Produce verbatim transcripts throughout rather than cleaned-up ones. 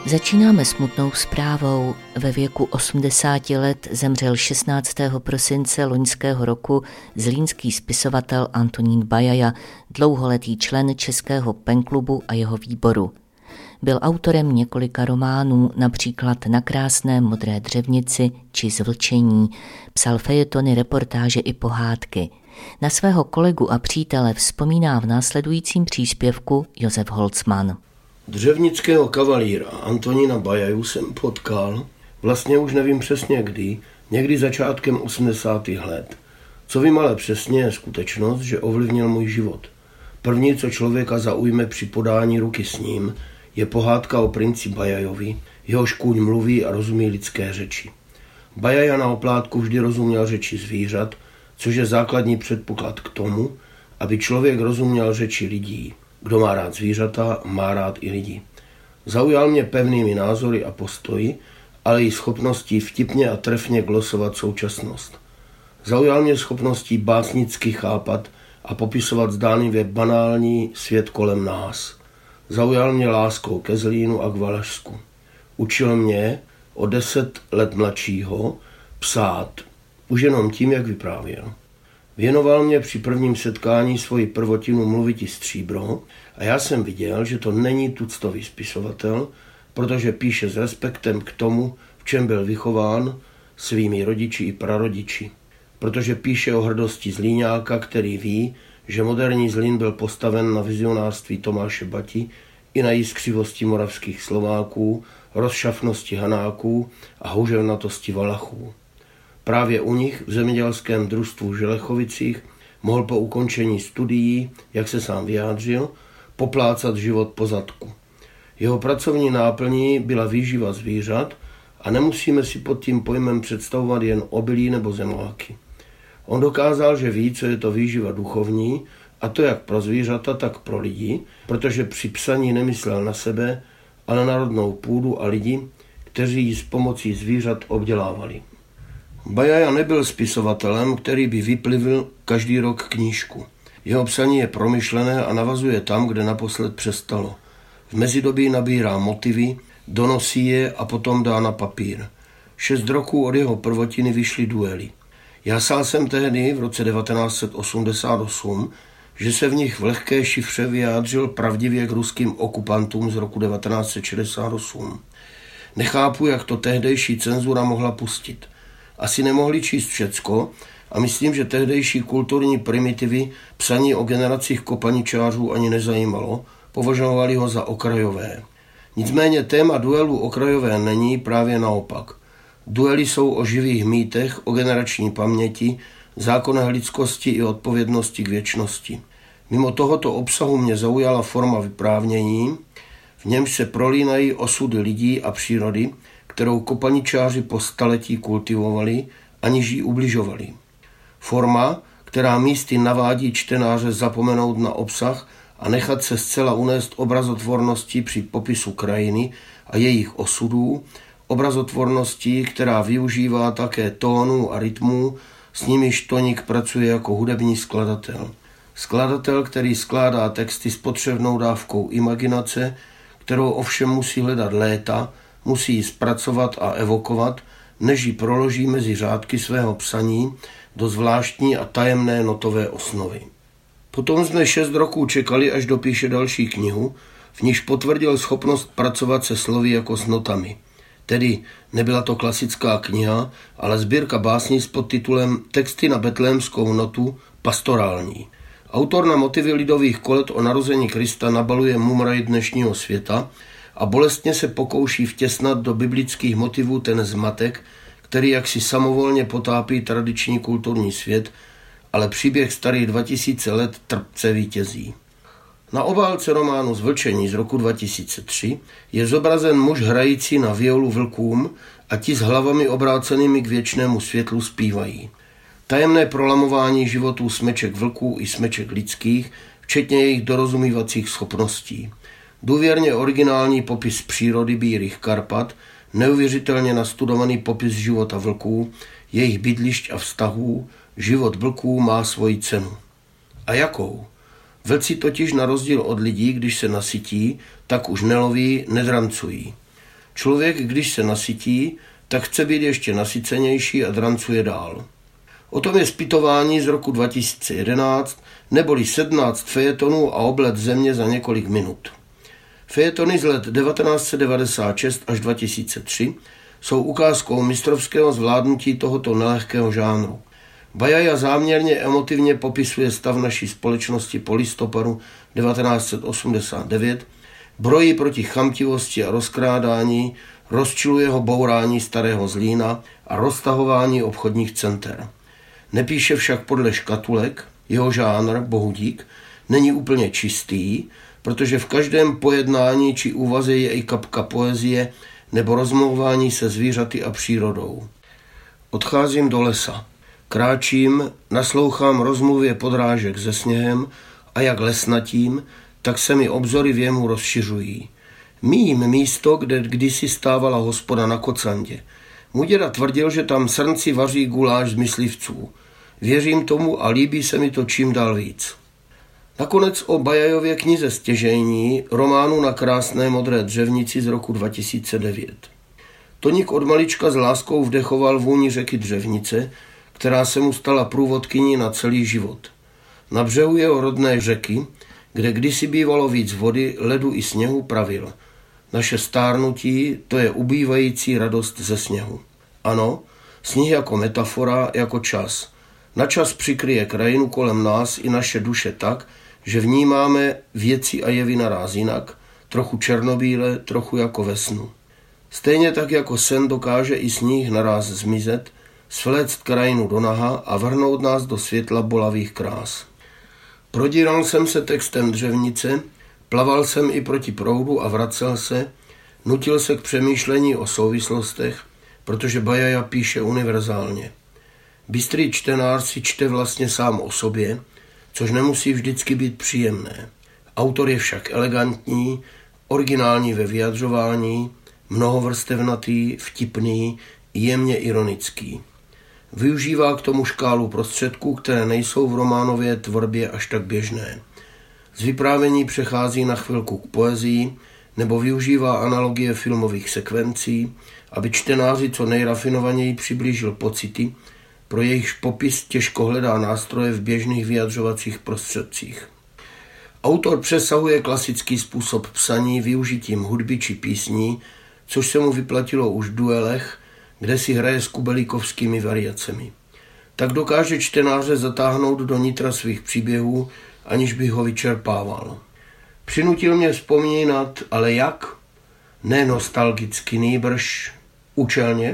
Začínáme smutnou zprávou. Ve věku osmdesáti let zemřel šestnáctého prosince loňského roku zlínský spisovatel Antonín Bajaja, dlouholetý člen Českého penklubu a jeho výboru. Byl autorem několika románů, například Na krásné modré dřevnici či Zvlčení. Psal fejetony, reportáže i pohádky. Na svého kolegu a přítele vzpomíná v následujícím příspěvku Josef Holcman. Dřevnického kavalíra Antonína Bajaju jsem potkal, vlastně už nevím přesně kdy, někdy začátkem osmdesátých let. Co vím ale přesně je skutečnost, že ovlivnil můj život. První, co člověka zaujme při podání ruky s ním, je pohádka o princi Bajajovi, jehož kůň mluví a rozumí lidské řeči. Bajaja na oplátku vždy rozuměl řeči zvířat, což je základní předpoklad k tomu, aby člověk rozuměl řeči lidí. Kdo má rád zvířata, má rád i lidi. Zaujal mě pevnými názory a postoji, ale i schopností vtipně a trefně glosovat současnost. Zaujal mě schopností básnicky chápat a popisovat zdánlivě banální svět kolem nás. Zaujal mě láskou ke Zlínu a k Valašsku. Učil mě o deset let mladšího psát, už jenom tím, jak vyprávěl. Věnoval mě při prvním setkání svoji prvotinu Mluviti stříbro a já jsem viděl, že to není tuctový spisovatel, protože píše s respektem k tomu, v čem byl vychován svými rodiči i prarodiči. Protože píše o hrdosti Zlíňáka, který ví, že moderní Zlín byl postaven na vizionářství Tomáše Bati i na jiskřivosti moravských Slováků, rozšafnosti Hanáků a houževnatosti Valachů. Právě u nich v zemědělském družstvu v Želechovicích mohl po ukončení studií, jak se sám vyjádřil, poplácat život po zadku. Jeho pracovní náplní byla výživa zvířat a nemusíme si pod tím pojmem představovat jen obilí nebo zemláky. On dokázal, že ví, co je to výživa duchovní, a to jak pro zvířata, tak pro lidi, protože při psaní nemyslel na sebe, ale na rodnou půdu a lidi, kteří ji s pomocí zvířat obdělávali. Bajaja nebyl spisovatelem, který by vyplivil každý rok knížku. Jeho psaní je promyšlené a navazuje tam, kde naposled přestalo. V mezidobí nabírá motivy, donosí je a potom dá na papír. Šest roků od jeho prvotiny vyšly duely. Já sál jsem tehdy v roce devatenáct set osmdesát osm, že se v nich v lehké šifře vyjádřil pravdivě k ruským okupantům z roku devatenáct set šedesát osm. Nechápu, jak to tehdejší cenzura mohla pustit. Asi nemohli číst všecko a myslím, že tehdejší kulturní primitivy psaní o generacích kopaničářů ani nezajímalo, považovali ho za okrajové. Nicméně téma duelu okrajové není, právě naopak. Duely jsou o živých mýtech, o generační paměti, zákonech lidskosti i odpovědnosti k věčnosti. Mimo tohoto obsahu mě zaujala forma vyprávění, v němž se prolínají osudy lidí a přírody, kterou kopaničáři po staletí kultivovali, aniž jí ubližovali. Forma, která místy navádí čtenáře zapomenout na obsah a nechat se zcela unést obrazotvorností při popisu krajiny a jejich osudů, obrazotvorností, která využívá také tónů a rytmů, s nimiž Toník pracuje jako hudební skladatel. Skladatel, který skládá texty s potřebnou dávkou imaginace, kterou ovšem musí hledat léta, musí ji zpracovat a evokovat, než ji proloží mezi řádky svého psaní do zvláštní a tajemné notové osnovy. Potom jsme šest roků čekali, až dopíše další knihu, v níž potvrdil schopnost pracovat se slovy jako s notami. Tedy nebyla to klasická kniha, ale sbírka básní s podtitulem Texty na betlémskou notu pastorální. Autor na motivy lidových kolet o narození Krista nabaluje mumraj dnešního světa a bolestně se pokouší vtěsnat do biblických motivů ten zmatek, který jaksi samovolně potápí tradiční kulturní svět, ale příběh starý dva tisíce let trpce vítězí. Na obálce románu Zvlčení z roku dva tisíce tři je zobrazen muž hrající na violu vlkům a ti s hlavami obrácenými k věčnému světlu zpívají. Tajemné prolamování životů smeček vlků i smeček lidských, včetně jejich dorozumívacích schopností. Důvěrně originální popis přírody bílých Karpat, neuvěřitelně nastudovaný popis života vlků, jejich bydlišť a vztahů, život vlků má svoji cenu. A jakou? Vlci totiž na rozdíl od lidí, když se nasytí, tak už neloví, nedrancují. Člověk, když se nasytí, tak chce být ještě nasycenější a drancuje dál. O tom je zpytování z roku dva tisíce jedenáct, neboli sedmnáct fejetonů a oblet země za několik minut. Fejetony z let devatenáct set devadesát šest až dva tisíce tři jsou ukázkou mistrovského zvládnutí tohoto nelehkého žánru. Bajaja záměrně emotivně popisuje stav naší společnosti po listopadu devatenáct set osmdesát devět, brojí proti chamtivosti a rozkrádání, rozčiluje ho bourání starého Zlína a roztahování obchodních center. Nepíše však podle škatulek, jeho žánr, bohudík, není úplně čistý, protože v každém pojednání či úvaze je i kapka poezie nebo rozmlouvání se zvířaty a přírodou. Odcházím do lesa. Kráčím, naslouchám rozmluvě podrážek se sněhem a jak lesnatím, tak se mi obzory v jemu rozšiřují. Mím místo, kde kdysi stávala hospoda na Kocandě. Můj děda tvrdil, že tam srnci vaří guláš z myslivců. Věřím tomu a líbí se mi to čím dál víc. Nakonec o Bajajově knize Stěžejní, románu Na krásné modré dřevnici z roku dva tisíce devět. Toník od malička s láskou vdechoval vůni řeky Dřevnice, která se mu stala průvodkyní na celý život. Na břehu jeho rodné řeky, kde kdysi bývalo víc vody, ledu i sněhu, pravil: naše stárnutí, to je ubývající radost ze sněhu. Ano, sníh jako metafora, jako čas. Na čas přikryje krajinu kolem nás i naše duše tak, že vnímáme věci a jevy naráz jinak, trochu černobíle, trochu jako ve snu. Stejně tak jako sen dokáže i sníh naráz zmizet, svléct krajinu do naha a vrhnout nás do světla bolavých krás. Prodíral jsem se textem Dřevnice, plaval jsem i proti proudu a vracel se, nutil se k přemýšlení o souvislostech, protože Bajaja píše univerzálně. Bystrý čtenář si čte vlastně sám o sobě, což nemusí vždycky být příjemné. Autor je však elegantní, originální ve vyjadřování, mnohovrstevnatý, vtipný, jemně ironický. Využívá k tomu škálu prostředků, které nejsou v románově tvorbě až tak běžné. Z vyprávění přechází na chvilku k poezii nebo využívá analogie filmových sekvencí, aby čtenáři co nejrafinovaněji přiblížil pocity, pro jejichž popis těžko hledá nástroje v běžných vyjadřovacích prostředcích. Autor přesahuje klasický způsob psaní využitím hudby či písní, což se mu vyplatilo už v duelech, kde si hraje s kubelíkovskými variacemi. Tak dokáže čtenáře zatáhnout do nitra svých příběhů, aniž by ho vyčerpával. Přinutil mě vzpomínat, ale jak? Ne nostalgicky, nýbrž účelně.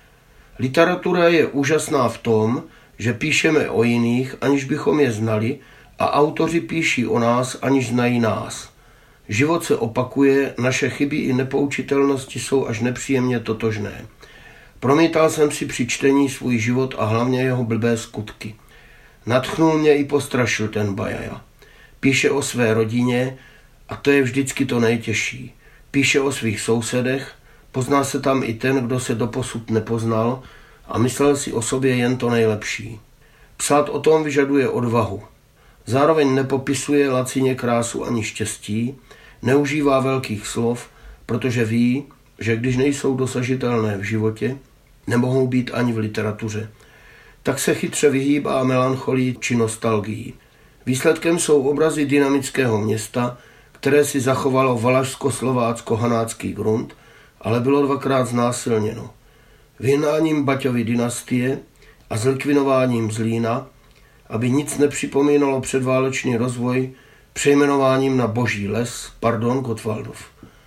Literatura je úžasná v tom, že píšeme o jiných, aniž bychom je znali, a autoři píší o nás, aniž znají nás. Život se opakuje, naše chyby i nepoučitelnosti jsou až nepříjemně totožné. Promítal jsem si při čtení svůj život a hlavně jeho blbé skutky. Nadchnul mě i postrašil ten Bajaja. Píše o své rodině a to je vždycky to nejtěžší. Píše o svých sousedech, pozná se tam i ten, kdo se doposud nepoznal a myslel si o sobě jen to nejlepší. Psát o tom vyžaduje odvahu. Zároveň nepopisuje lacině krásu ani štěstí, neužívá velkých slov, protože ví, že když nejsou dosažitelné v životě, nemohou být ani v literatuře. Tak se chytře vyhýbá melancholii či nostalgii. Výsledkem jsou obrazy dynamického města, které si zachovalo valašsko-slovácko-hanácký grunt, ale bylo dvakrát znásilněno. Vyhnáním Baťovy dynastie a zlikvinováním Zlína, aby nic nepřipomínalo předválečný rozvoj, přejmenováním na Boží les, pardon, Gottwaldov.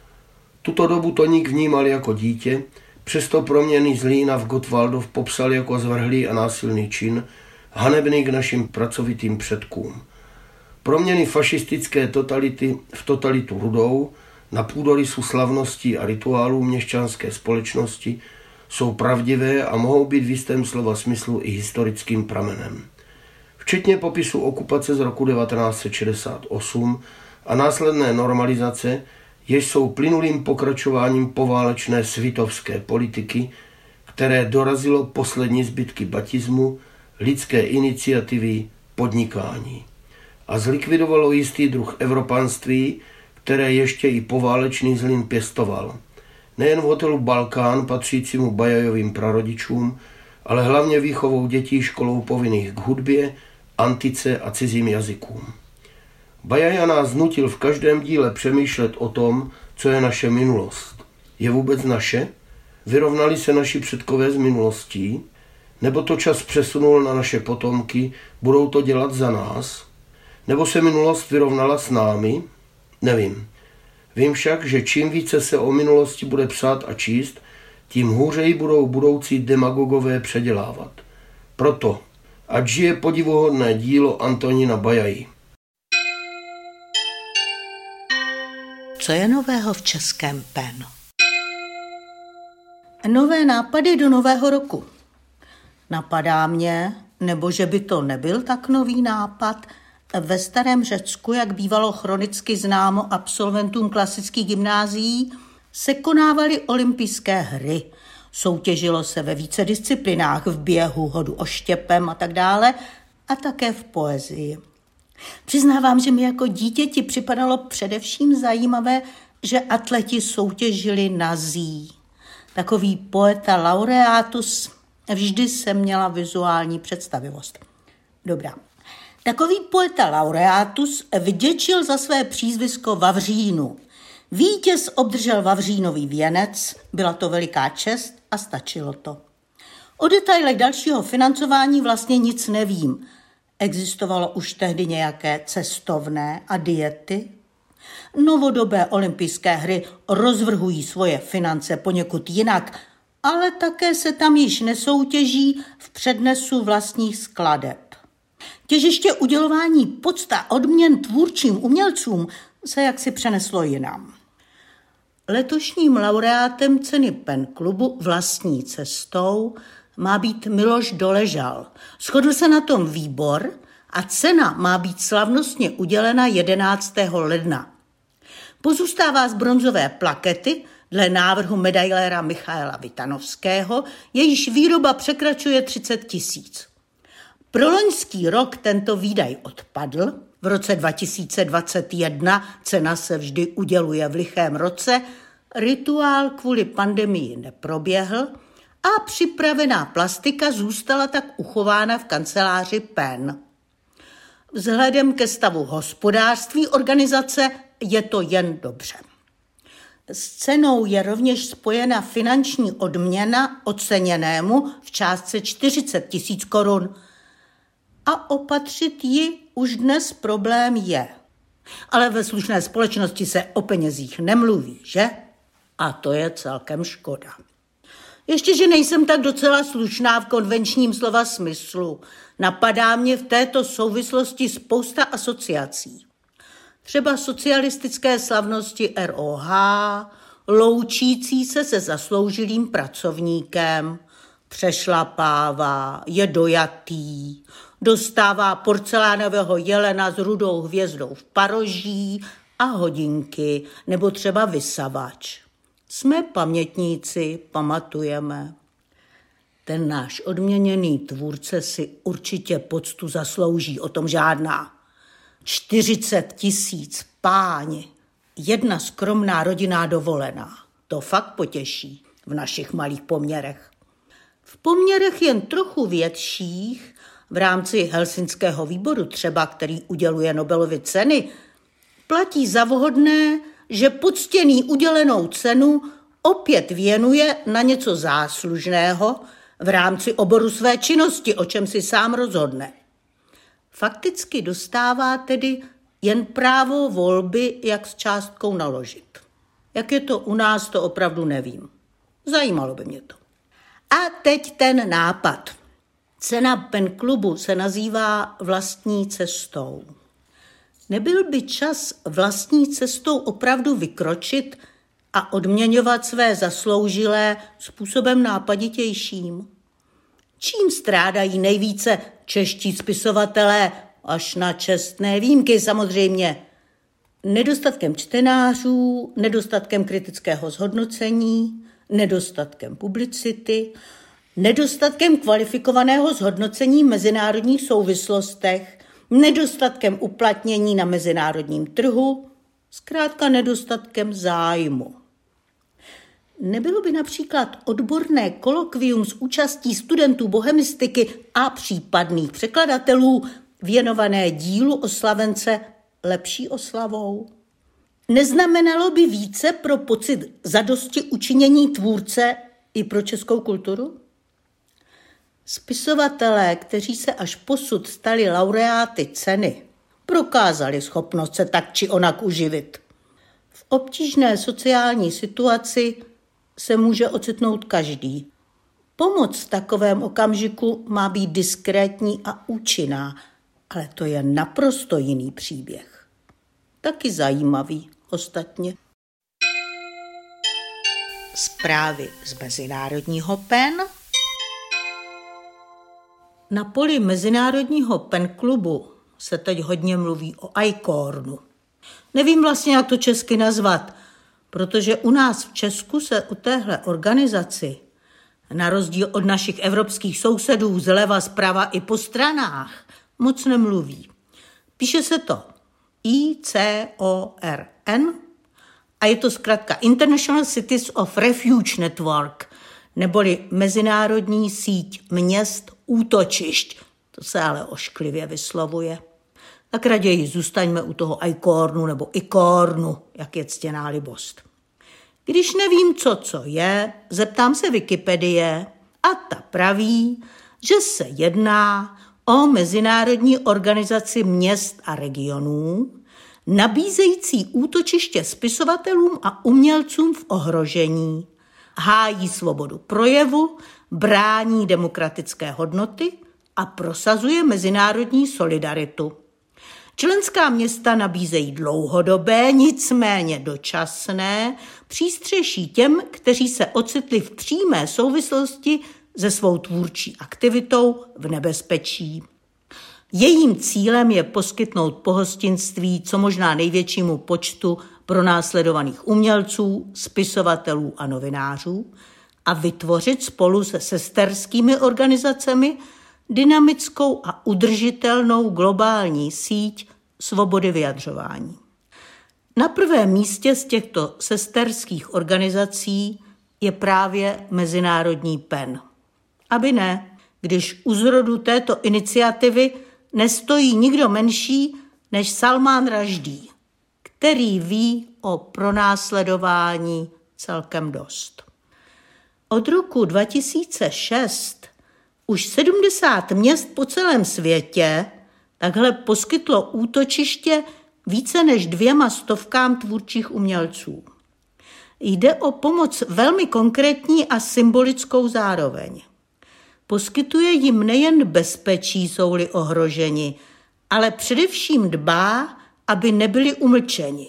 Tuto dobu Toník vnímal jako dítě, přesto proměny Zlína v Gottwaldov popsal jako zvrhlý a násilný čin, hanebný k našim pracovitým předkům. Proměny fašistické totality v totalitu rudou, na půdorysu slavností a rituálů měšťanské společnosti jsou pravdivé a mohou být v jistém slova smyslu i historickým pramenem. Včetně popisu okupace z roku devatenáct set šedesát osm a následné normalizace, jež jsou plynulým pokračováním poválečné svitovské politiky, které dorazilo poslední zbytky batismu, lidské iniciativy, podnikání a zlikvidovalo jistý druh evropanství, které ještě i poválečný Zlín pěstoval. Nejen v hotelu Balkán, patřícímu Bajajovým prarodičům, ale hlavně výchovou dětí školou povinných k hudbě, antice a cizím jazykům. Bajaja nás nutil v každém díle přemýšlet o tom, co je naše minulost. Je vůbec naše? Vyrovnali se naši předkové s minulostí? Nebo to čas přesunul na naše potomky, budou to dělat za nás? Nebo se minulost vyrovnala s námi? Nevím. Vím však, že čím více se o minulosti bude psát a číst, tím hůřeji budou budoucí demagogové předělávat. Proto, ať žije podivuhodné dílo Antonína Bajaji. Co je nového v českém Pen? Nové nápady do nového roku. Napadá mě, nebo že by to nebyl tak nový nápad, ve starém Řecku, jak bývalo chronicky známo absolventům klasických gymnázií, se konávaly olympijské hry. Soutěžilo se ve více disciplinách, v běhu, hodu oštěpem a tak dále, a také v poezii. Přiznávám, že mi jako dítěti připadalo především zajímavé, že atleti soutěžili nazí. Takový poeta laureatus, vždy jsem měla vizuální představivost. Dobrá. Takový poeta laureatus vděčil za své přízvisko Vavřínu. Vítěz obdržel Vavřínový věnec, byla to veliká čest a stačilo to. O detailech dalšího financování vlastně nic nevím. Existovalo už tehdy nějaké cestovné a diety? Novodobé olympijské hry rozvrhují svoje finance poněkud jinak, ale také se tam již nesoutěží v přednesu vlastních skladeb. Těžiště udělování pocta a odměn tvůrčím umělcům se jaksi přeneslo jinam. Letošním laureátem ceny Pen klubu Vlastní cestou má být Miloš Doležal. Shodl se na tom výbor a cena má být slavnostně udělena jedenáctého ledna. Pozůstává z bronzové plakety dle návrhu medailéra Michaela Vitanovského, jejíž výroba překračuje třicet tisíc. Pro loňský rok tento výdaj odpadl, v roce dva tisíce dvacet jedna cena se vždy uděluje v lichém roce, rituál kvůli pandemii neproběhl a připravená plastika zůstala tak uchována v kanceláři Pen. Vzhledem ke stavu hospodářství organizace je to jen dobře. S cenou je rovněž spojena finanční odměna oceněnému v částce čtyřicet tisíc korun. A opatřit ji už dnes problém je. Ale ve slušné společnosti se o penězích nemluví, že? A to je celkem škoda. Ještě, že nejsem tak docela slušná v konvenčním slova smyslu, napadá mě v této souvislosti spousta asociací. Třeba socialistické slavnosti R O H, loučící se se zasloužilým pracovníkem, přešlapává, je dojatý, dostává porcelánového jelena s rudou hvězdou v paroží a hodinky, nebo třeba vysavač. Jsme pamětníci, pamatujeme. Ten náš odměněný tvůrce si určitě poctu zaslouží, o tom žádná. čtyřicet tisíc, páni, jedna skromná rodinná dovolená. To fakt potěší v našich malých poměrech. V poměrech jen trochu větších, v rámci Helsinského výboru třeba, který uděluje Nobelovy ceny, platí za vhodné, že poctěný udělenou cenu opět věnuje na něco záslužného v rámci oboru své činnosti, o čem si sám rozhodne. Fakticky dostává tedy jen právo volby, jak s částkou naložit. Jak je to u nás, to opravdu nevím. Zajímalo by mě to. A teď ten nápad. Cena Pen klubu se nazývá Vlastní cestou. Nebyl by čas vlastní cestou opravdu vykročit a odměňovat své zasloužilé způsobem nápaditějším? Čím strádají nejvíce čeští spisovatelé, až na čestné výjimky samozřejmě? Nedostatkem čtenářů, nedostatkem kritického zhodnocení, nedostatkem publicity, nedostatkem kvalifikovaného zhodnocení v mezinárodních souvislostech, nedostatkem uplatnění na mezinárodním trhu, zkrátka nedostatkem zájmu. Nebylo by například odborné kolokvium s účastí studentů bohemistiky a případných překladatelů věnované dílu oslavence lepší oslavou? Neznamenalo by více pro pocit zadosti učinění tvůrce i pro českou kulturu? Spisovatelé, kteří se až posud stali laureáty ceny, prokázali schopnost se tak či onak uživit. V obtížné sociální situaci se může ocitnout každý. Pomoc v takovém okamžiku má být diskrétní a účinná, ale to je naprosto jiný příběh. Taky zajímavý ostatně. Zprávy z Mezinárodního PEN. Na poli Mezinárodního PEN klubu se teď hodně mluví o ICORNu. Nevím vlastně, jak to česky nazvat, protože u nás v Česku se u téhle organizaci, na rozdíl od našich evropských sousedů zleva, zprava i po stranách, moc nemluví. Píše se to I C O R N a je to zkrátka International Cities of Refuge Network, neboli Mezinárodní síť měst útočišť. To se ale ošklivě vyslovuje. Tak raději zůstaňme u toho ICORNu nebo ICORNu, jak je ctěná libost. Když nevím, co co je, zeptám se Wikipedie a ta praví, že se jedná o mezinárodní organizaci měst a regionů, nabízející útočiště spisovatelům a umělcům v ohrožení, hájí svobodu projevu, brání demokratické hodnoty a prosazuje mezinárodní solidaritu. Členská města nabízejí dlouhodobé, nicméně dočasné přístřeší těm, kteří se ocitli v přímé souvislosti se svou tvůrčí aktivitou v nebezpečí. Jejím cílem je poskytnout pohostinství co možná největšímu počtu pronásledovaných umělců, spisovatelů a novinářů a vytvořit spolu se sesterskými organizacemi dynamickou a udržitelnou globální síť svobody vyjadřování. Na prvém místě z těchto sesterských organizací je právě Mezinárodní PEN. Aby ne, když u zrodu této iniciativy nestojí nikdo menší než Salman Rushdie, který ví o pronásledování celkem dost. Od roku dva tisíce šest už sedmdesát měst po celém světě takhle poskytlo útočiště více než dvěma stovkám tvůrčích umělců. Jde o pomoc velmi konkrétní a symbolickou zároveň. Poskytuje jim nejen bezpečí, jsou-li ohroženi, ale především dbá, aby nebyli umlčeni.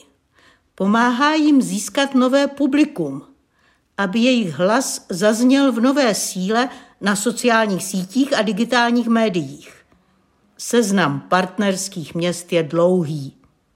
Pomáhá jim získat nové publikum, aby jejich hlas zazněl v nové síle na sociálních sítích a digitálních médiích. Seznam partnerských měst je dlouhý.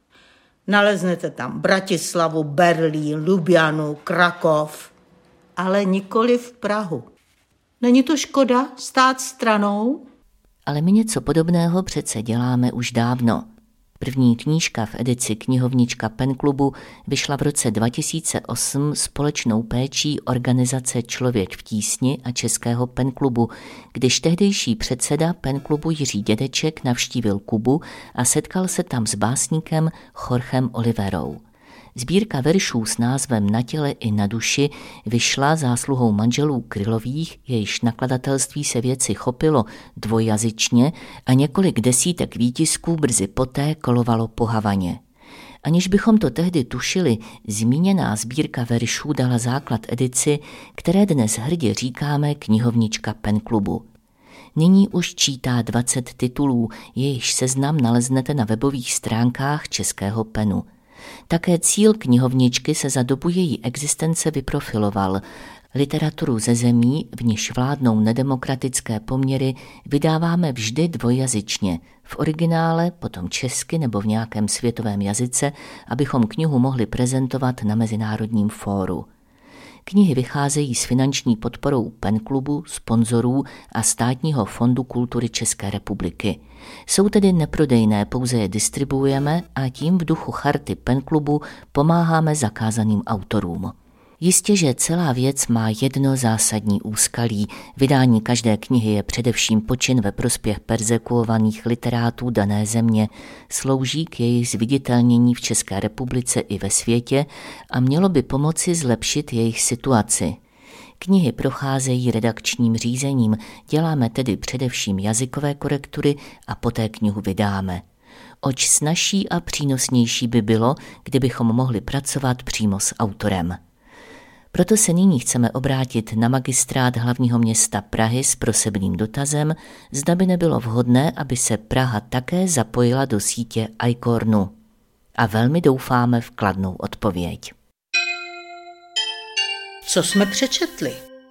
Naleznete tam Bratislavu, Berlín, Ljubljanu, Krakov, ale nikoli v Prahu. Není to škoda stát stranou? Ale my něco podobného přece děláme už dávno. První knížka v edici Knihovnička PEN klubu vyšla v roce dva tisíce osm společnou péčí organizace Člověk v tísni a Českého PEN klubu, když tehdejší předseda PEN klubu Jiří Dědeček navštívil Kubu a setkal se tam s básníkem Jorgem Oliverou. Sbírka veršů s názvem Na těle i na duši vyšla zásluhou manželů Krylových, jejichž nakladatelství se věci chopilo dvojjazyčně a několik desítek výtisků brzy poté kolovalo po Havaně. Aniž bychom to tehdy tušili, zmíněná sbírka veršů dala základ edici, které dnes hrdě říkáme Knihovnička PEN klubu. Nyní už čítá dvacet titulů, jejichž seznam naleznete na webových stránkách Českého PENu. Také cíl knihovničky se za dobu její existence vyprofiloval. Literaturu ze zemí, v níž vládnou nedemokratické poměry, vydáváme vždy dvojjazyčně, v originále, potom česky nebo v nějakém světovém jazyce, abychom knihu mohli prezentovat na mezinárodním fóru. Knihy vycházejí s finanční podporou PEN klubu, sponzorů a Státního fondu kultury České republiky. Jsou tedy neprodejné, pouze je distribuujeme a tím v duchu charty PEN klubu pomáháme zakázaným autorům. Jistě, že celá věc má jedno zásadní úskalí. Vydání každé knihy je především počin ve prospěch perzekuovaných literátů dané země, slouží k jejich zviditelnění v České republice i ve světě a mělo by pomoci zlepšit jejich situaci. Knihy procházejí redakčním řízením, děláme tedy především jazykové korektury a poté knihu vydáme. Oč snazší a přínosnější by bylo, kdybychom mohli pracovat přímo s autorem. Proto se nyní chceme obrátit na magistrát hlavního města Prahy s prosebným dotazem, zda by nebylo vhodné, aby se Praha také zapojila do sítě iCornu. A velmi doufáme v kladnou odpověď. Co jsme přečetli?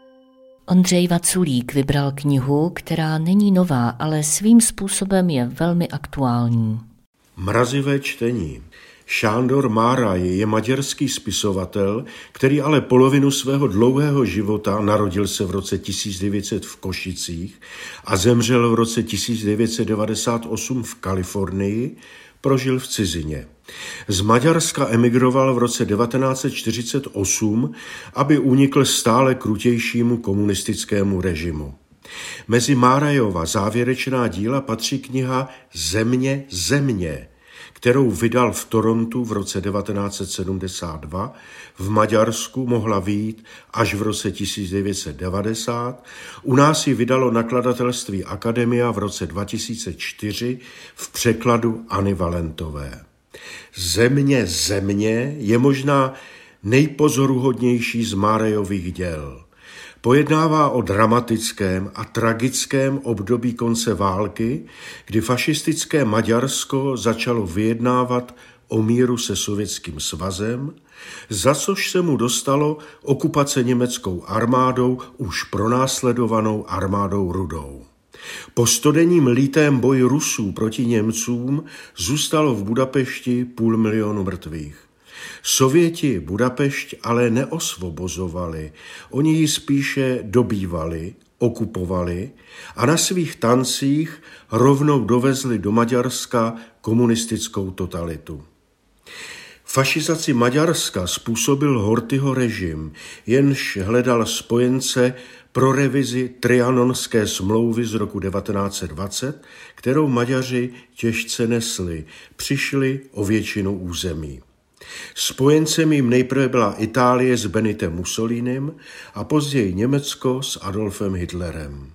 Ondřej Vaculík vybral knihu, která není nová, ale svým způsobem je velmi aktuální. Mrazivé čtení. Sándor Márai je maďarský spisovatel, který ale polovinu svého dlouhého života, narodil se v roce tisíc devět set v Košicích a zemřel v roce tisíc devět set devadesát osm v Kalifornii, prožil v cizině. Z Maďarska emigroval v roce devatenáct set čtyřicet osm, aby unikl stále krutějšímu komunistickému režimu. Mezi Márajova závěrečná díla patří kniha Země, země, kterou vydal v Torontu v roce devatenáct set sedmdesát dva, v Maďarsku mohla vyjít až v roce tisíc devět set devadesát, u nás ji vydalo nakladatelství Akademia v roce dva tisíce čtyři v překladu Anny Valentové. Země, země je možná nejpozoruhodnější z Márajových děl. Pojednává o dramatickém a tragickém období konce války, kdy fašistické Maďarsko začalo vyjednávat o míru se Sovětským svazem, za což se mu dostalo okupace německou armádou už pronásledovanou armádou Rudou. Po stodenním lítém boji Rusů proti Němcům zůstalo v Budapešti půl milionu mrtvých. Sověti Budapešť ale neosvobozovali, oni ji spíše dobývali, okupovali a na svých tancích rovnou dovezli do Maďarska komunistickou totalitu. Fašizaci Maďarska způsobil Horthyho režim, jenž hledal spojence pro revizi Trianonské smlouvy z roku devatenáct set dvacet, kterou Maďaři těžce nesli, přišli o většinu území. Spojencem jim nejprve byla Itálie s Benitem Mussolinem a později Německo s Adolfem Hitlerem.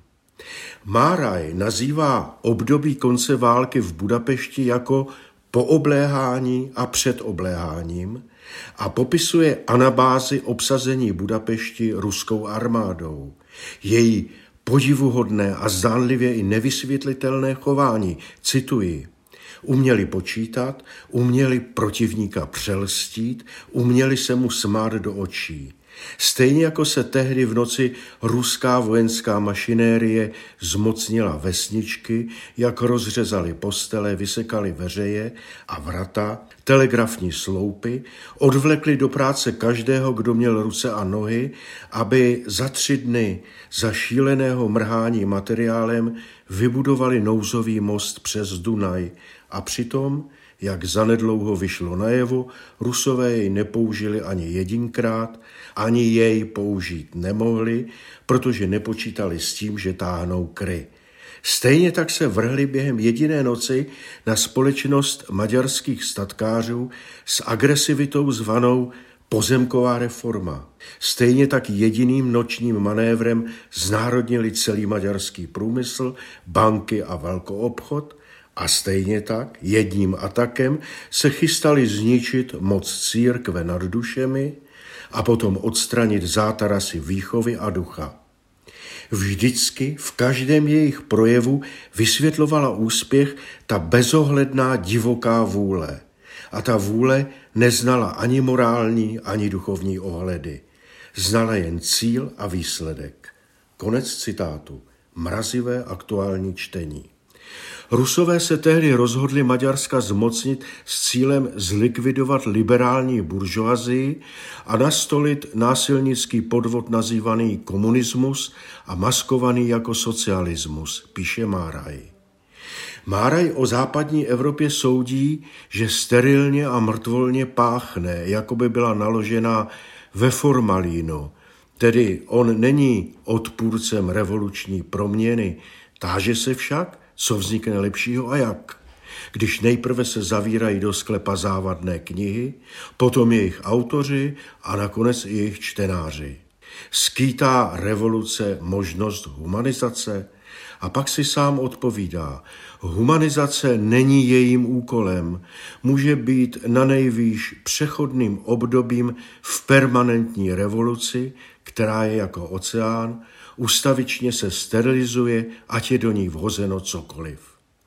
Márai nazývá období konce války v Budapešti jako po obléhání a před obléháním a popisuje anabázi obsazení Budapešti ruskou armádou, její podivuhodné a zdánlivě i nevysvětlitelné chování, cituji, uměli počítat, uměli protivníka přelstít, uměli se mu smát do očí. Stejně jako se tehdy v noci ruská vojenská mašinérie zmocnila vesničky, jak rozřezali postele, vysekali veřeje a vrata, telegrafní sloupy, odvlekli do práce každého, kdo měl ruce a nohy, aby za tři dny za šíleného mrhání materiálem vybudovali nouzový most přes Dunaj a přitom, jak zanedlouho vyšlo najevo, Rusové jej nepoužili ani jedinkrát, ani jej použít nemohli, protože nepočítali s tím, že táhnou kry. Stejně tak se vrhli během jediné noci na společnost maďarských statkářů s agresivitou zvanou pozemková reforma. Stejně tak jediným nočním manévrem znárodnili celý maďarský průmysl, banky a velkoobchod a stejně tak jedním atakem se chystali zničit moc církve nad dušemi a potom odstranit zátarasy výchovy a ducha. Vždycky v každém jejich projevu vysvětlovala úspěch ta bezohledná divoká vůle. A ta vůle neznala ani morální, ani duchovní ohledy. Znala jen cíl a výsledek. Konec citátu. Mrazivé aktuální čtení. Rusové se tehdy rozhodli Maďarska zmocnit s cílem zlikvidovat liberální buržoazii a nastolit násilnický podvod nazývaný komunismus a maskovaný jako socialismus, píše Márai. Márai o západní Evropě soudí, že sterilně a mrtvolně páchne, jako by byla naložena ve formalínu, tedy on není odpůrcem revoluční proměny, táže se však, co vznikne lepšího a jak. Když nejprve se zavírají do sklepa závadné knihy, potom jejich autoři a nakonec i jejich čtenáři. Skýtá revoluce možnost humanizace? A pak si sám odpovídá, humanizace není jejím úkolem, může být nanejvýš přechodným obdobím v permanentní revoluci, která je jako oceán, ustavičně se sterilizuje, ať je do ní vhozeno cokoliv.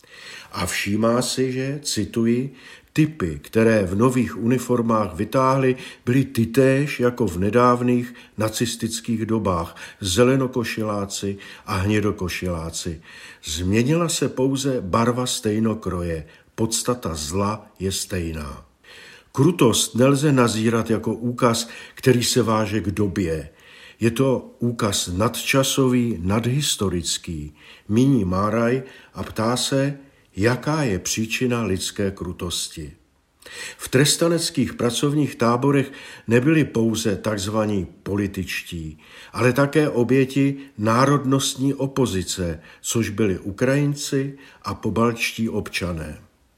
A všímá si, že, cituji, typy, které v nových uniformách vytáhly, byly tytéž jako v nedávných nacistických dobách, zelenokošiláci a hnědokošiláci. Změnila se pouze barva stejnokroje, podstata zla je stejná. Krutost nelze nazírat jako úkaz, který se váže k době. Je to úkaz nadčasový, nadhistorický, míní Máraj a ptá se, jaká je příčina lidské krutosti. V trestaneckých pracovních táborech nebyli pouze takzvaní političtí, ale také oběti národnostní opozice, což byli Ukrajinci a pobaltští občané.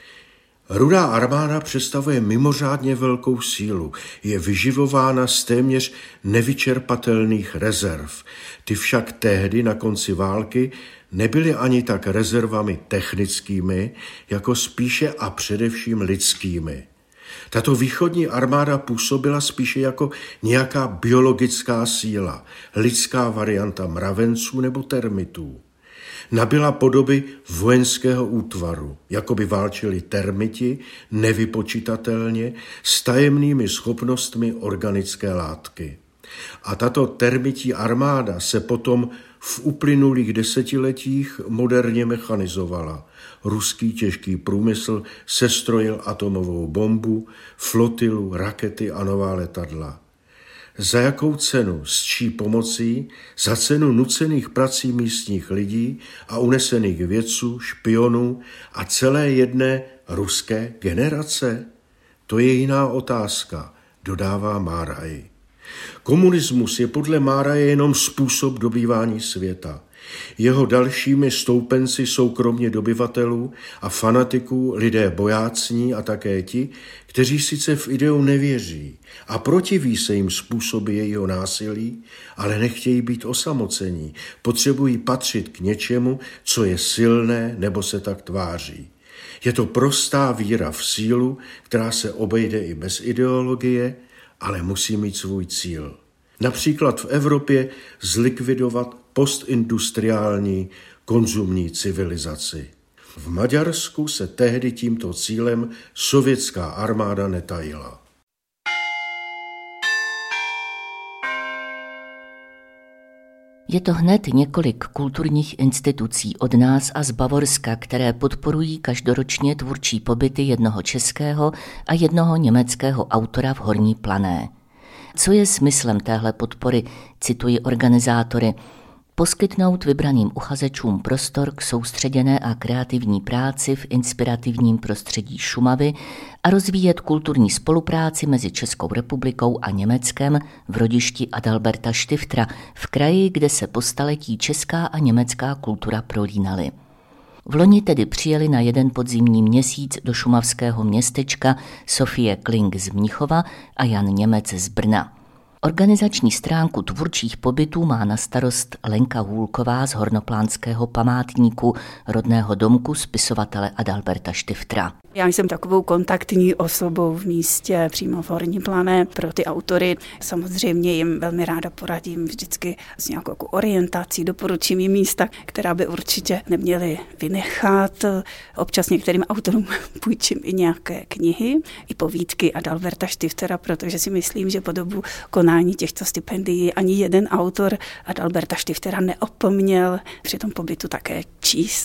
Rudá armáda představuje mimořádně velkou sílu, je vyživována z téměř nevyčerpatelných rezerv. Ty však tehdy na konci války nebyly ani tak rezervami technickými, jako spíše a především lidskými. Tato východní armáda působila spíše jako nějaká biologická síla, lidská varianta mravenců nebo termitů. Nabyla podoby vojenského útvaru, jako by válčili termiti nevypočitatelně s tajemnými schopnostmi organické látky. A tato termití armáda se potom v uplynulých desetiletích moderně mechanizovala. Ruský těžký průmysl sestrojil atomovou bombu, flotilu, rakety a nová letadla. Za jakou cenu, s čí pomocí, za cenu nucených prací místních lidí a unesených vědců, špionů a celé jedné ruské generace? To je jiná otázka, dodává Máraj. Komunismus je podle Máraje jenom způsob dobývání světa. Jeho dalšími stoupenci jsou kromě dobyvatelů a fanatiků lidé bojácní a také ti, kteří sice v ideu nevěří a protiví se jim způsoby jejího násilí, ale nechtějí být osamocení, potřebují patřit k něčemu, co je silné nebo se tak tváří. Je to prostá víra v sílu, která se obejde i bez ideologie, ale musí mít svůj cíl. Například v Evropě zlikvidovat postindustriální konzumní civilizaci. V Maďarsku se tehdy tímto cílem sovětská armáda netajila. Je to hned několik kulturních institucí od nás a z Bavorska, které podporují každoročně tvůrčí pobyty jednoho českého a jednoho německého autora v Horní Plané. Co je smyslem téhle podpory, cituji organizátory, poskytnout vybraným uchazečům prostor k soustředěné a kreativní práci v inspirativním prostředí Šumavy a rozvíjet kulturní spolupráci mezi Českou republikou a Německem v rodišti Adalberta Stiftera, v kraji, kde se po staletí česká a německá kultura prolínaly. V loni tedy přijeli na jeden podzimní měsíc do šumavského městečka Sofie Kling z Mnichova a Jan Němec z Brna. Organizační stránku tvůrčích pobytů má na starost Lenka Hůlková z Hornoplánského památníku, rodného domku spisovatele Adalberta Stiftera. Já jsem takovou kontaktní osobou v místě, přímo v Horní Plané, pro ty autory. Samozřejmě jim velmi ráda poradím vždycky s nějakou orientací, doporučím jim místa, která by určitě neměly vynechat. Občas některým autorům půjčím i nějaké knihy, i povídky Adalberta Stiftera, protože si myslím, že po dobu konání těchto stipendií ani jeden autor Adalberta Stiftera neopomněl při tom pobytu také číst.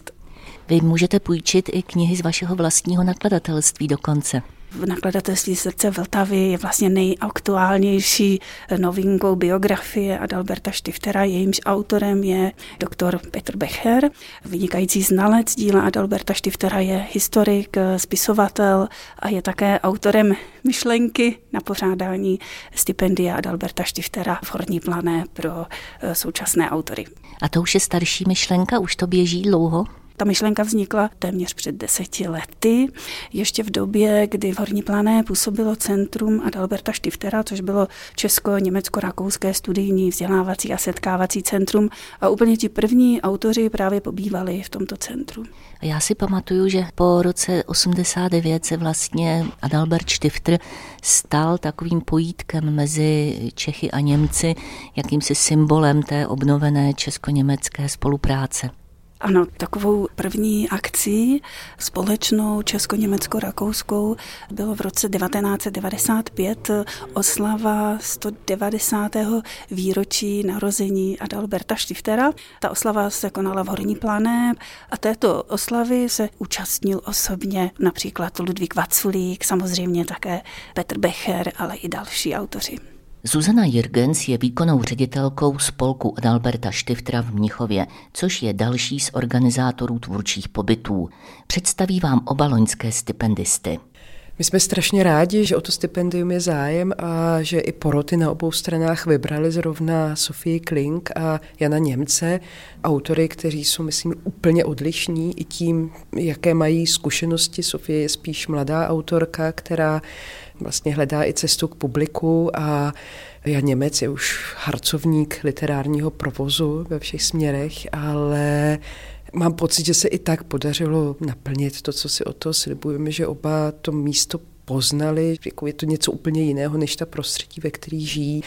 Vy můžete půjčit i knihy z vašeho vlastního nakladatelství dokonce. V nakladatelství Srdce Vltavy je vlastně nejaktuálnější novinkou biografie Adalberta Stiftera, jejímž autorem je doktor Petr Becher. Vynikající znalec díla Adalberta Stiftera, je historik, spisovatel a je také autorem myšlenky na pořádání stipendia Adalberta Stiftera v Horní Plané pro současné autory. A to už je starší myšlenka, už to běží dlouho? Ta myšlenka vznikla téměř před deseti lety, ještě v době, kdy v Horní Plané působilo centrum Adalberta Stiftera, což bylo česko-německo-rakouské studijní, vzdělávací a setkávací centrum. A úplně ti první autoři právě pobývali v tomto centru. A já si pamatuju, že po roce osmdesát devět se vlastně Adalbert Stifter stal takovým pojítkem mezi Čechy a Němci, jakýmsi symbolem té obnovené česko-německé spolupráce. Ano, takovou první akcí společnou česko-německo-rakouskou bylo v roce devatenáct set devadesát pět oslava sto devadesátého výročí narození Adalberta Stiftera. Ta oslava se konala v Horní Plané a této oslavy se účastnil osobně například Ludvík Vaculík, samozřejmě také Petr Becher, ale i další autoři. Zuzana Jürgens je výkonnou ředitelkou spolku Adalberta Stiftera v Mnichově, což je další z organizátorů tvůrčích pobytů. Představí vám oba loňské stipendisty. My jsme strašně rádi, že o to stipendium je zájem a že i poroty na obou stranách vybrali zrovna Sofii Kling a Jana Němce, autory, kteří jsou, myslím, úplně odlišní i tím, jaké mají zkušenosti. Sofie je spíš mladá autorka, která vlastně hledá i cestu k publiku a Jan Němec je už harcovník literárního provozu ve všech směrech, ale mám pocit, že se i tak podařilo naplnit to, co si o to slibujeme, že oba to místo poznali, jako je to něco úplně jiného, než ta prostředí, ve který žijí.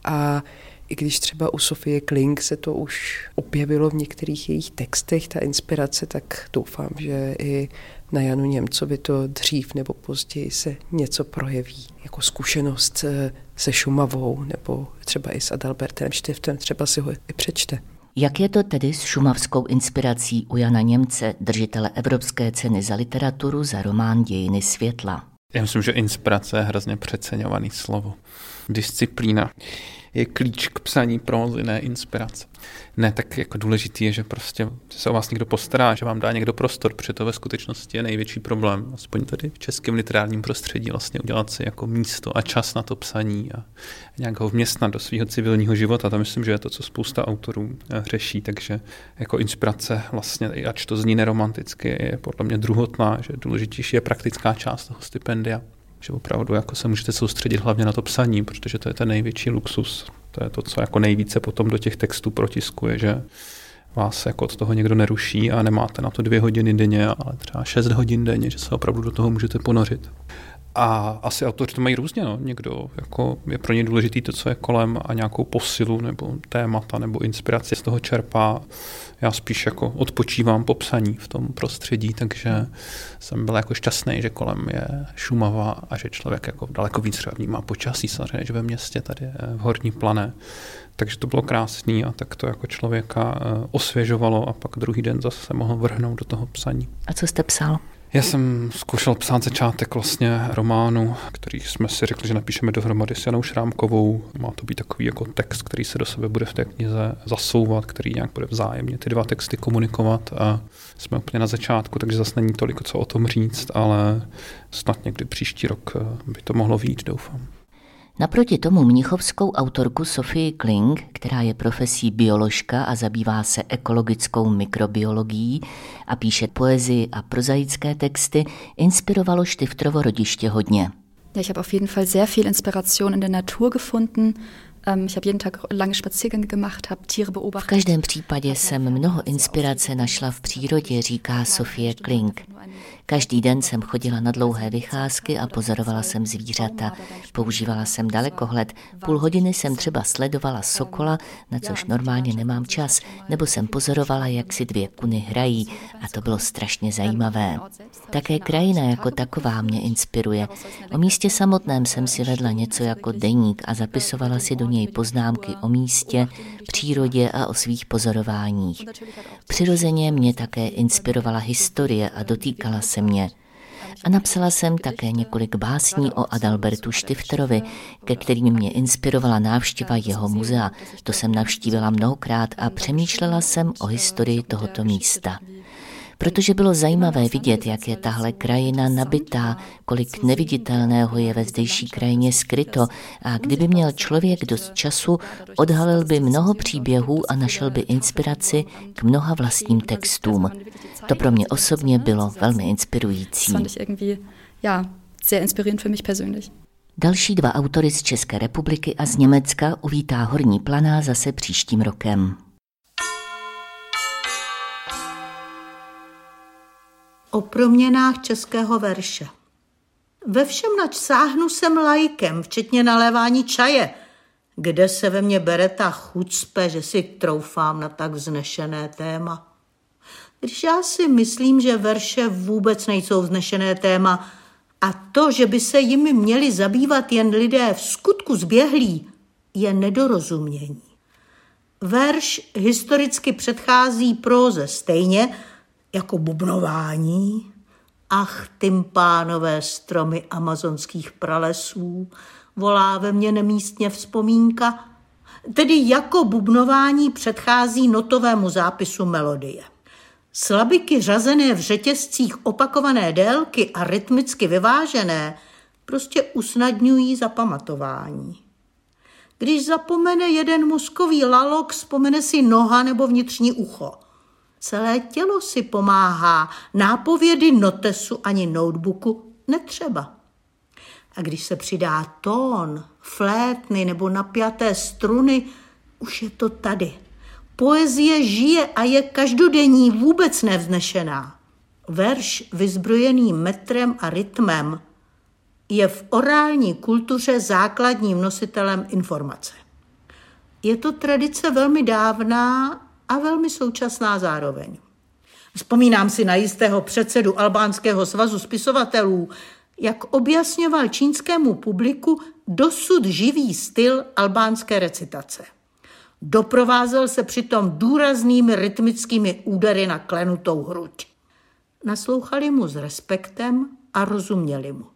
A i když třeba u Sofie Kling se to už objevilo v některých jejich textech, ta inspirace, tak doufám, že i na Janu Němcovi to dřív nebo později se něco projeví, jako zkušenost se Šumavou nebo třeba i s Adalbertem Stifterem, třeba si ho i přečte. Jak je to tedy s šumavskou inspirací u Jana Němce, držitele Evropské ceny za literaturu za román Dějiny světla? Já myslím, že inspirace je hrozně přeceňovaný slovo. Disciplína je klíč k psaní prózy, ne inspirace. Ne, tak jako důležitý je, že prostě se o vás někdo postará, že vám dá někdo prostor, protože to ve skutečnosti je největší problém. Aspoň tady v českém literárním prostředí vlastně udělat si jako místo a čas na to psaní a nějak ho vměstnat do svého civilního života. To myslím, že je to, co spousta autorů řeší, takže jako inspirace vlastně, ač to zní neromanticky, je podle mě druhotná, že důležitější je praktická část toho stipendia. Že opravdu jako se můžete soustředit hlavně na to psaní, protože to je ten největší luxus. To je to, co jako nejvíce potom do těch textů protiskuje, že vás jako od toho někdo neruší a nemáte na to dvě hodiny denně, ale třeba šest hodin denně, že se opravdu do toho můžete ponořit. A asi autoři to mají různě. No. Někdo jako je pro ně důležitý to, co je kolem a nějakou posilu nebo témata nebo inspiraci z toho čerpá. Já spíš jako odpočívám po psaní v tom prostředí, takže jsem byl jako šťastný, že kolem je Šumava a že člověk jako daleko víc třeba vnímá počasí samozřejmě, než ve městě tady v Horní Plané. Takže to bylo krásný a tak to jako člověka osvěžovalo a pak druhý den zase se mohl vrhnout do toho psaní. A co jste psal? Já jsem zkoušel psát začátek vlastně románu, který jsme si řekli, že napíšeme dohromady s Janou Šrámkovou. Má to být takový jako text, který se do sebe bude v té knize zasouvat, který nějak bude vzájemně ty dva texty komunikovat a jsme úplně na začátku, takže zase není toliko co o tom říct, ale snad někdy příští rok by to mohlo vyjít, doufám. Naproti tomu mnichovskou autorku Sofii Kling, která je profesí bioložka a zabývá se ekologickou mikrobiologií a píše poezii a prozaické texty, inspirovalo Stifterovo rodiště hodně. Ja, ich habe auf jeden Fall sehr viel Inspiration in der Natur gefunden. Ich habe jeden Tag lange Spaziergänge gemacht, habe Tiere beobachtet. V každém případě jsem mnoho inspirace našla v přírodě, říká Sofie Kling. Každý den jsem chodila na dlouhé vycházky a pozorovala jsem zvířata. Používala jsem dalekohled. Půl hodiny jsem třeba sledovala sokola, na což normálně nemám čas, nebo jsem pozorovala, jak si dvě kuny hrají a to bylo strašně zajímavé. Také krajina jako taková mě inspiruje. O místě samotném jsem si vedla něco jako deník a zapisovala si do něj poznámky o místě, přírodě a o svých pozorováních. Přirozeně mě také inspirovala historie a dotýkala se mě. A napsala jsem také několik básní o Adalbertu Štifterovi, ke kterým mě inspirovala návštěva jeho muzea. To jsem navštívila mnohokrát a přemýšlela jsem o historii tohoto místa. Protože bylo zajímavé vidět, jak je tahle krajina nabitá, kolik neviditelného je ve zdejší krajině skryto a kdyby měl člověk dost času, odhalil by mnoho příběhů a našel by inspiraci k mnoha vlastním textům. To pro mě osobně bylo velmi inspirující. Další dva autory z České republiky a z Německa uvítá Horní Planá zase příštím rokem. O proměnách českého verše. Ve všem, nač sáhnu, jsem laikem, včetně nalévání čaje, kde se ve mně bere ta chucpe, že si troufám na tak vznešené téma. Když já si myslím, že verše vůbec nejsou vznešené téma a to, že by se jimi měli zabývat jen lidé v skutku zběhlí, je nedorozumění. Verš historicky předchází próze stejně, jako bubnování, ach, tympánové stromy amazonských pralesů, volá ve mně nemístně vzpomínka, tedy jako bubnování předchází notovému zápisu melodie. Slabiky řazené v řetězcích opakované délky a rytmicky vyvážené prostě usnadňují zapamatování. Když zapomene jeden mozkový lalok, vzpomene si noha nebo vnitřní ucho. Celé tělo si pomáhá, nápovědy notesu ani notebooku netřeba. A když se přidá tón, flétny nebo napjaté struny, už je to tady. Poezie žije a je každodenní, vůbec nevznešená. Verš vyzbrojený metrem a rytmem je v orální kultuře základním nositelem informace. Je to tradice velmi dávná a velmi současná zároveň. Vzpomínám si na jistého předsedu Albánského svazu spisovatelů, jak objasňoval čínskému publiku dosud živý styl albánské recitace. Doprovázel se přitom důraznými rytmickými údery na klenutou hruď. Naslouchali mu s respektem a rozuměli mu.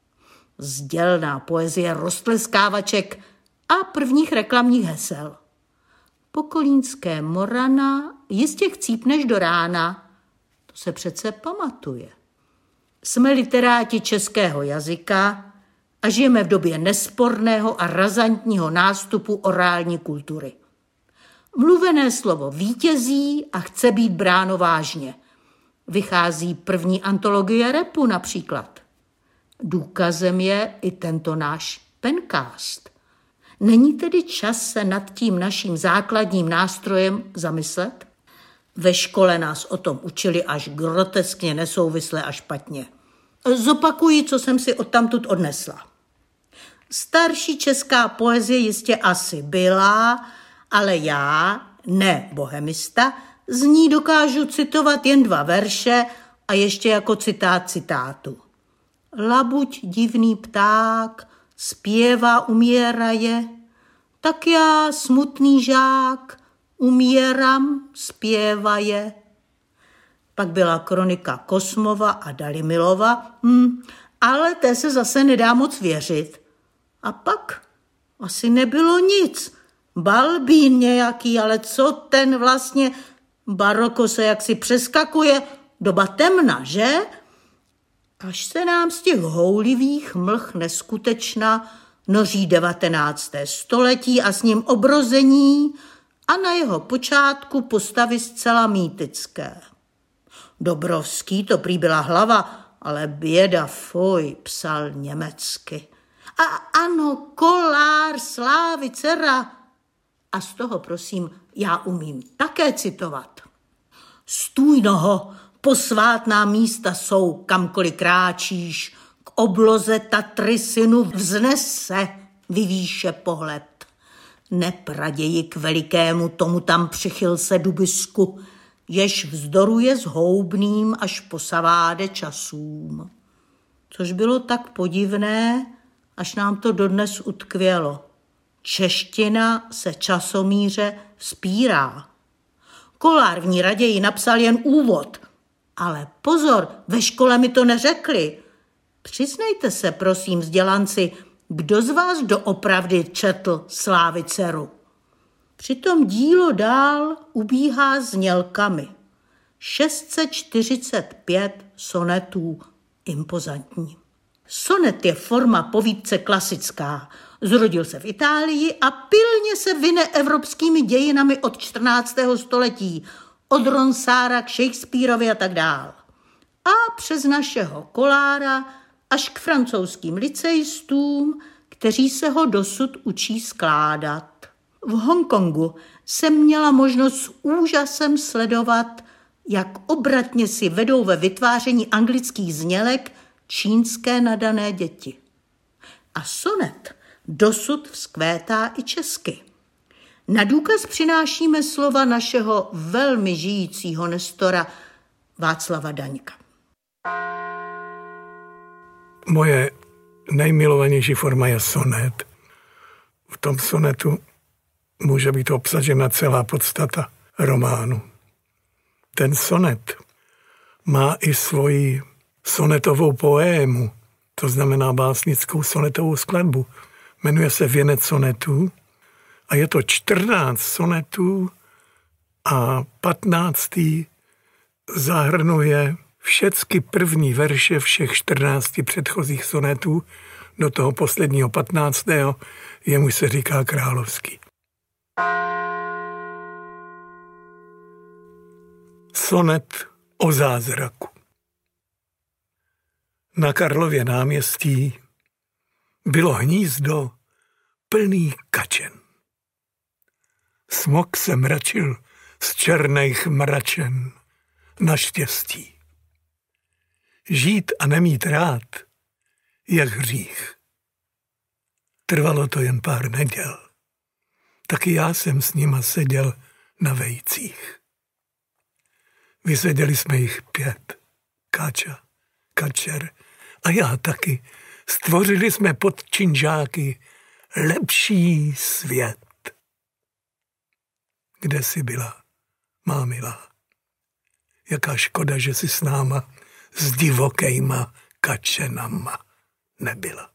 Zdělná poezie roztleskávaček a prvních reklamních hesel. Po kolínské morana jistě chcípneš do rána. To se přece pamatuje. Jsme literáti českého jazyka a žijeme v době nesporného a razantního nástupu orální kultury. Mluvené slovo vítězí a chce být bráno vážně. Vychází první antologie rapu například. Důkazem je i tento náš pencast. Není tedy čas se nad tím naším základním nástrojem zamyslet? Ve škole nás o tom učili až groteskně nesouvisle a špatně. Zopakuji, co jsem si odtamtud odnesla. Starší česká poezie jistě asi byla, ale já, ne bohemista, z ní dokážu citovat jen dva verše a ještě jako citát citátu. Labuť divný pták, zpěvá umieraje, tak já, smutný žák, umíram, zpěvaje. Pak byla kronika Kosmova a Dalimilova, hm, ale té se zase nedá moc věřit. A pak asi nebylo nic. Balbín nějaký, ale co ten vlastně? Baroko se jaksi přeskakuje, doba temna, že? Až se nám z těch houlivých mlh neskutečna noří devatenácté století a s ním obrození a na jeho počátku postavy zcela mýtické. Dobrovský to prý byla hlava, ale běda, fuj, psal německy. A ano, Kolár, Slávy, dcera. A z toho, prosím, já umím také citovat. Stůj noho, posvátná místa jsou, kamkoliv kráčíš, k obloze Tatry synu vznese, vyvýše pohled. Nepraději k velikému tomu tam přichyl se dubisku, jež vzdoruje s houbným až po saváde časům. Což bylo tak podivné, až nám to dodnes utkvělo. Čeština se časomíře vzpírá. Kollár v ní raději napsal jen úvod. Ale pozor, ve škole mi to neřekli. Přiznejte se, prosím, vzdělanci, kdo z vás doopravdy četl Sláviceru? Přitom dílo dál ubíhá znělkami. šest set čtyřicet pět sonetů, impozantní. Sonet je forma povídce klasická. Zrodil se v Itálii a pilně se vine evropskými dějinami od čtrnáctého století, od Ronsára k Shakespeareovi a tak dál. A přes našeho Kollára až k francouzským licejistům, kteří se ho dosud učí skládat. V Hongkongu jsem měla možnost s úžasem sledovat, jak obratně si vedou ve vytváření anglických znělek čínské nadané děti. A sonet dosud vzkvétá i česky. Na důkaz přinášíme slova našeho velmi žijícího nestora Václava Daňka. Moje nejmilovanější forma je sonet. V tom sonetu může být obsažena celá podstata románu. Ten sonet má i svoji sonetovou poému, to znamená básnickou sonetovou skladbu. Jmenuje se Věnec sonetů a je to čtrnáct sonetů a patnáctý zahrnuje všechny první verše všech čtrnácti předchozích sonetů, do toho posledního patnáctého jemu se říká královský. Sonet o zázraku. Na Karlově náměstí bylo hnízdo plný kačen. Smok se mračil z černých mračen naštěstí. Žít a nemít rád je hřích. Trvalo to jen pár neděl. Taky já jsem s nima seděl na vejcích. Vyseděli jsme jich pět. Káča, Kačer a já taky. Stvořili jsme pod činžáky lepší svět. Kde jsi byla, má milá? Jaká škoda, že jsi s náma s divokejma kačenama nebyla.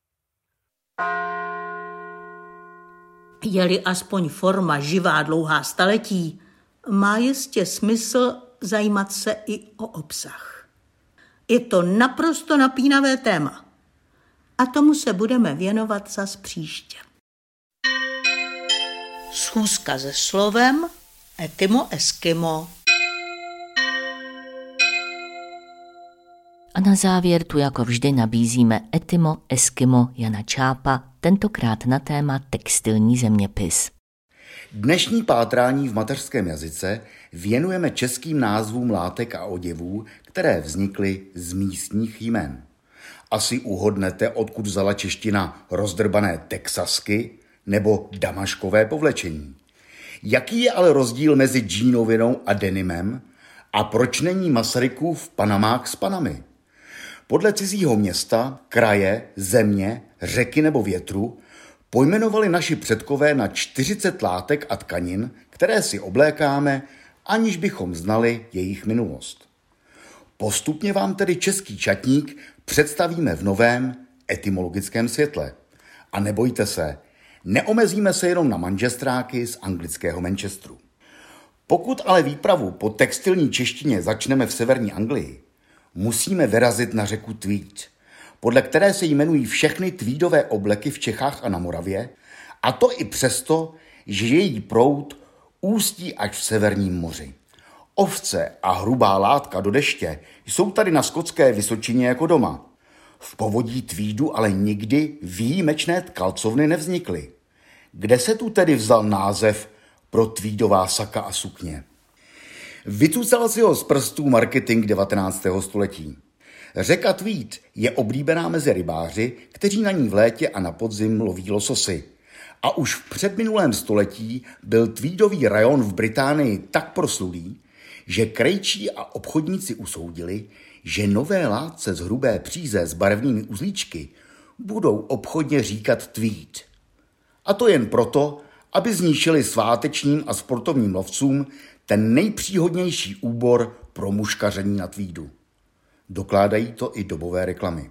Je-li aspoň forma živá dlouhá staletí, má jistě smysl zajímat se i o obsah. Je to naprosto napínavé téma a tomu se budeme věnovat zas příště. Schůzka se slovem Etimo Eskimo. A na závěr tu jako vždy nabízíme Etimo Eskimo Jana Čápa, tentokrát na téma textilní zeměpis. Dnešní pátrání v mateřském jazyce věnujeme českým názvům látek a oděvů, které vznikly z místních jmen. Asi uhodnete, odkud vzala čeština rozdrbané texasky nebo damaškové povlečení. Jaký je ale rozdíl mezi džínovinou a denimem a proč není Masarykův panamák s panami? Podle cizího města, kraje, země, řeky nebo větru pojmenovali naši předkové na čtyřicet látek a tkanin, které si oblékáme, aniž bychom znali jejich minulost. Postupně vám tedy český čatník představíme v novém etymologickém světle. A nebojte se, neomezíme se jenom na manžestráky z anglického Manchesteru. Pokud ale výpravu po textilní češtině začneme v severní Anglii, musíme vyrazit na řeku Tweed, podle které se jmenují všechny tweedové obleky v Čechách a na Moravě, a to i přesto, že její proud ústí až v severním moři. Ovce a hrubá látka do deště jsou tady na skotské Vysočině jako doma. V povodí Tweedu ale nikdy výjimečné tkalcovny nevznikly. Kde se tu tedy vzal název pro tweedová saka a sukně? Vycucal si ho z prstů marketing devatenáctého století. Řeka Tweed je oblíbená mezi rybáři, kteří na ní v létě a na podzim loví lososy. A už v předminulém století byl tweedový rajon v Británii tak proslulý, že krejčí a obchodníci usoudili, že nové látce z hrubé příze s barevnými uzlíčky budou obchodně říkat tweed. A to jen proto, aby zničili svátečním a sportovním lovcům ten nejpříhodnější úbor pro muškaření na tweedu. Dokládají to i dobové reklamy.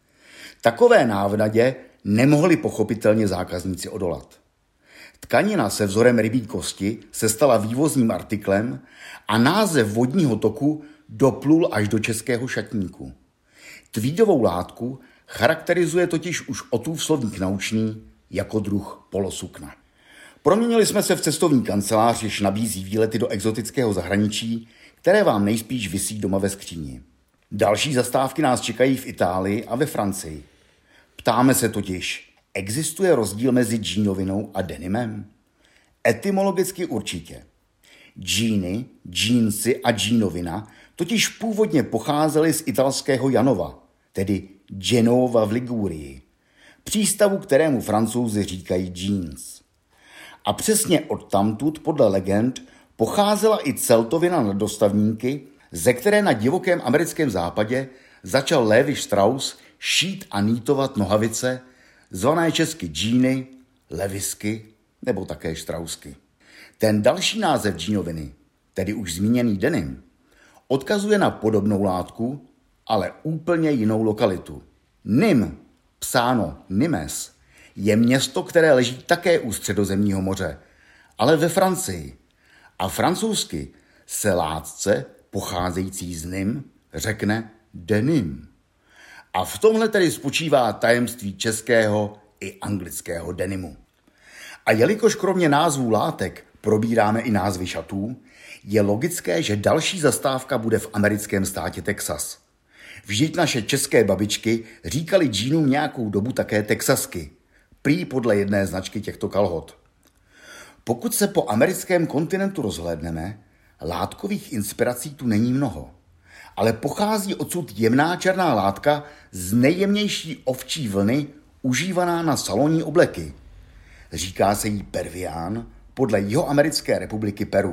Takové návnadě nemohli pochopitelně zákazníci odolat. Tkanina se vzorem rybí kosti se stala vývozním artiklem a název vodního toku doplul až do českého šatníku. Tweedovou látku charakterizuje totiž už Ottův slovník naučný jako druh polosukna. Proměnili jsme se v cestovní kancelář, jež nabízí výlety do exotického zahraničí, které vám nejspíš visí doma ve skříni. Další zastávky nás čekají v Itálii a ve Francii. Ptáme se totiž, existuje rozdíl mezi džínovinou a denimem? Etymologicky určitě. Džíny, džínsy a džínovina totiž původně pocházely z italského Janova, tedy Genova v Ligurii, přístavu, kterému Francouzi říkají jeans. A přesně odtamtud, podle legend, pocházela i celtovina na dostavníky, ze které na divokém americkém západě začal Levi Strauss šít a nýtovat nohavice, zvané česky džíny, levisky nebo také štrausky. Ten další název džínoviny, tedy už zmíněný denim, odkazuje na podobnou látku, ale úplně jinou lokalitu. Nim, psáno Nimes, je město, které leží také u Středozemního moře, ale ve Francii. A francouzsky se látce pocházející z Nim řekne denim. A v tomhle tedy spočívá tajemství českého i anglického denimu. A jelikož kromě názvů látek probíráme i názvy šatů, je logické, že další zastávka bude v americkém státě Texas. Vždyť naše české babičky říkali džínům nějakou dobu také texasky, prý podle jedné značky těchto kalhot. Pokud se po americkém kontinentu rozhlédneme, látkových inspirací tu není mnoho, ale pochází odsud jemná černá látka z nejjemnější ovčí vlny užívaná na salonní obleky. Říká se jí pervián podle jihoamerické republiky Peru.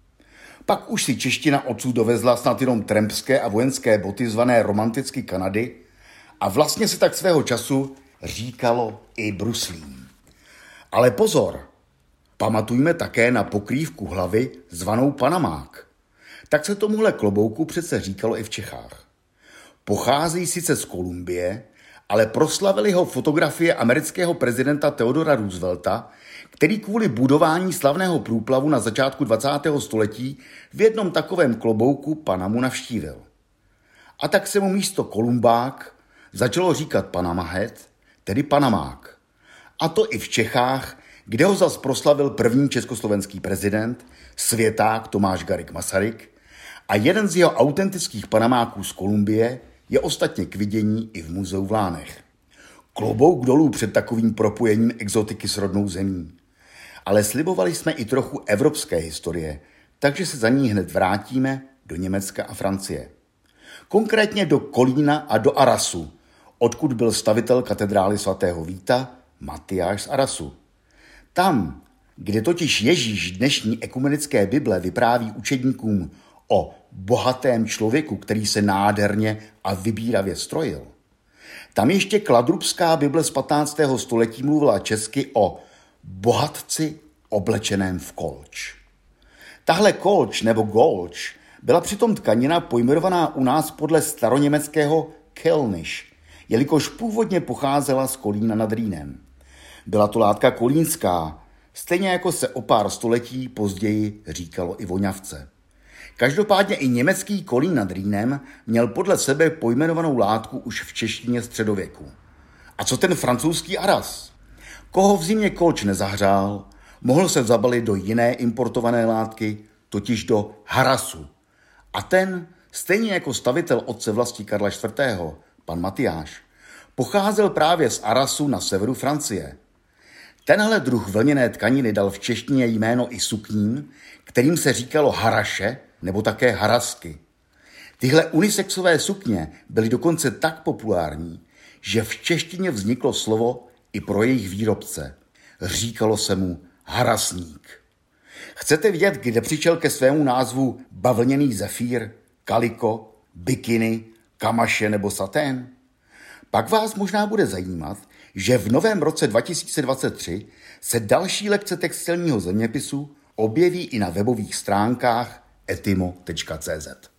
Pak už si čeština odsud dovezla snad jenom trampské a vojenské boty zvané romanticky Kanady a vlastně se tak svého času říkalo i bruslím. Ale pozor, pamatujme také na pokrývku hlavy zvanou panamák. Tak se tomuhle klobouku přece říkalo i v Čechách. Pochází sice z Kolumbie, ale proslavili ho fotografie amerického prezidenta Theodora Roosevelta, který kvůli budování slavného průplavu na začátku dvacátého století v jednom takovém klobouku Panamu navštívil. A tak se mu místo Kolumbák začalo říkat Panama Hat, tedy Panamák. A to i v Čechách, kde ho zas proslavil první československý prezident, světák Tomáš Garrigue Masaryk, a jeden z jeho autentických panamáků z Kolumbie je ostatně k vidění i v muzeu v Lánech. Klobouk dolů před takovým propojením exotiky s rodnou zemí. Ale slibovali jsme i trochu evropské historie, takže se za ní hned vrátíme do Německa a Francie. Konkrétně do Kolína a do Arrasu, odkud byl stavitel katedrály svatého Víta Matyáš z Arrasu. Tam, kde totiž Ježíš dnešní ekumenické Bible vypráví učedníkům o bohatém člověku, který se nádherně a vybíravě strojil, tam ještě kladrubská Bible z patnáctého století mluvila česky o bohatci oblečeném v kolč. Tahle kolč nebo golč byla přitom tkanina pojmenovaná u nás podle staroněmeckého kelniš, jelikož původně pocházela z Kolína nad Rýnem. Byla to látka kolínská, stejně jako se o pár století později říkalo i voňavce. Každopádně i německý Kolín nad Rýnem měl podle sebe pojmenovanou látku už v češtině středověku. A co ten francouzský Arras? Koho v zimě kolč nezahřál, mohl se zabalit do jiné importované látky, totiž do harasu. A ten, stejně jako stavitel otce vlasti Karla čtvrtého, pan Matyáš, pocházel právě z Arrasu na severu Francie. Tenhle druh vlněné tkaniny dal v češtině jméno i sukním, kterým se říkalo haraše nebo také harasky. Tyhle unisexové sukně byly dokonce tak populární, že v češtině vzniklo slovo i pro jejich výrobce. Říkalo se mu harasník. Chcete vědět, kde přišel ke svému názvu bavlněný zefír, kaliko, bikiny, kamaše nebo satén? Pak vás možná bude zajímat, že v novém roce dva tisíce dvacet tři se další lekce textilního zeměpisu objeví i na webových stránkách etimo tečka cé zet.